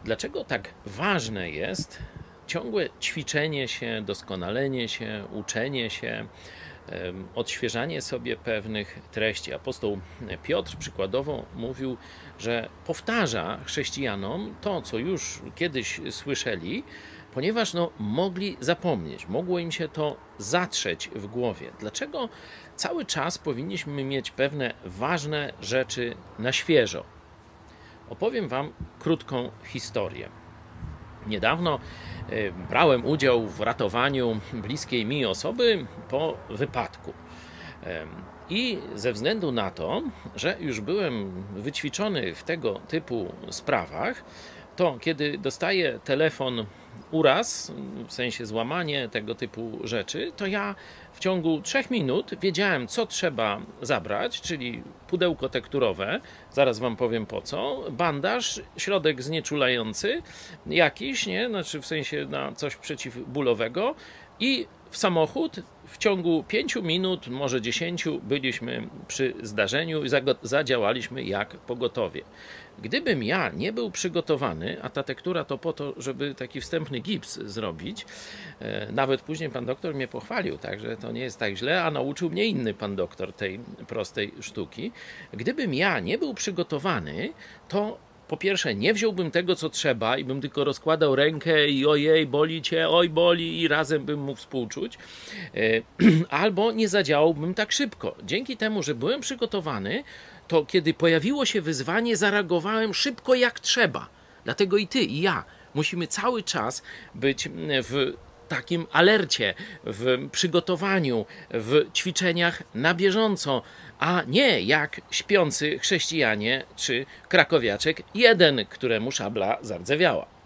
Dlaczego tak ważne jest ciągłe ćwiczenie się, doskonalenie się, uczenie się, odświeżanie sobie pewnych treści? Apostoł Piotr przykładowo mówił, że powtarza chrześcijanom to, co już kiedyś słyszeli, ponieważ mogli zapomnieć, mogło im się to zatrzeć w głowie. Dlaczego cały czas powinniśmy mieć pewne ważne rzeczy na świeżo? Opowiem Wam krótką historię. Niedawno brałem udział w ratowaniu bliskiej mi osoby po wypadku. I ze względu na to, że już byłem wyćwiczony w tego typu sprawach, to kiedy dostaję telefon uraz, w sensie złamanie tego typu rzeczy, to ja w ciągu 3 minut wiedziałem, co trzeba zabrać, czyli pudełko tekturowe, zaraz Wam powiem po co, bandaż, środek znieczulający jakiś, nie? Znaczy w sensie na coś przeciwbólowego i w samochód. W ciągu 5 minut, może 10 byliśmy przy zdarzeniu i zadziałaliśmy jak pogotowie. Gdybym ja nie był przygotowany, a ta tektura to po to, żeby taki wstępny gips zrobić, nawet później pan doktor mnie pochwalił, także to nie jest tak źle, a nauczył mnie inny pan doktor tej prostej sztuki. Gdybym ja nie był przygotowany, to po pierwsze, nie wziąłbym tego, co trzeba i bym tylko rozkładał rękę i ojej, boli cię, oj boli i razem bym mógł współczuć, albo nie zadziałałbym tak szybko. Dzięki temu, że byłem przygotowany, to kiedy pojawiło się wyzwanie, zareagowałem szybko jak trzeba. Dlatego i ty, i ja musimy cały czas być w takim alercie, w przygotowaniu, w ćwiczeniach na bieżąco, a nie jak śpiący chrześcijanie czy krakowiaczek jeden, któremu szabla zardzewiała.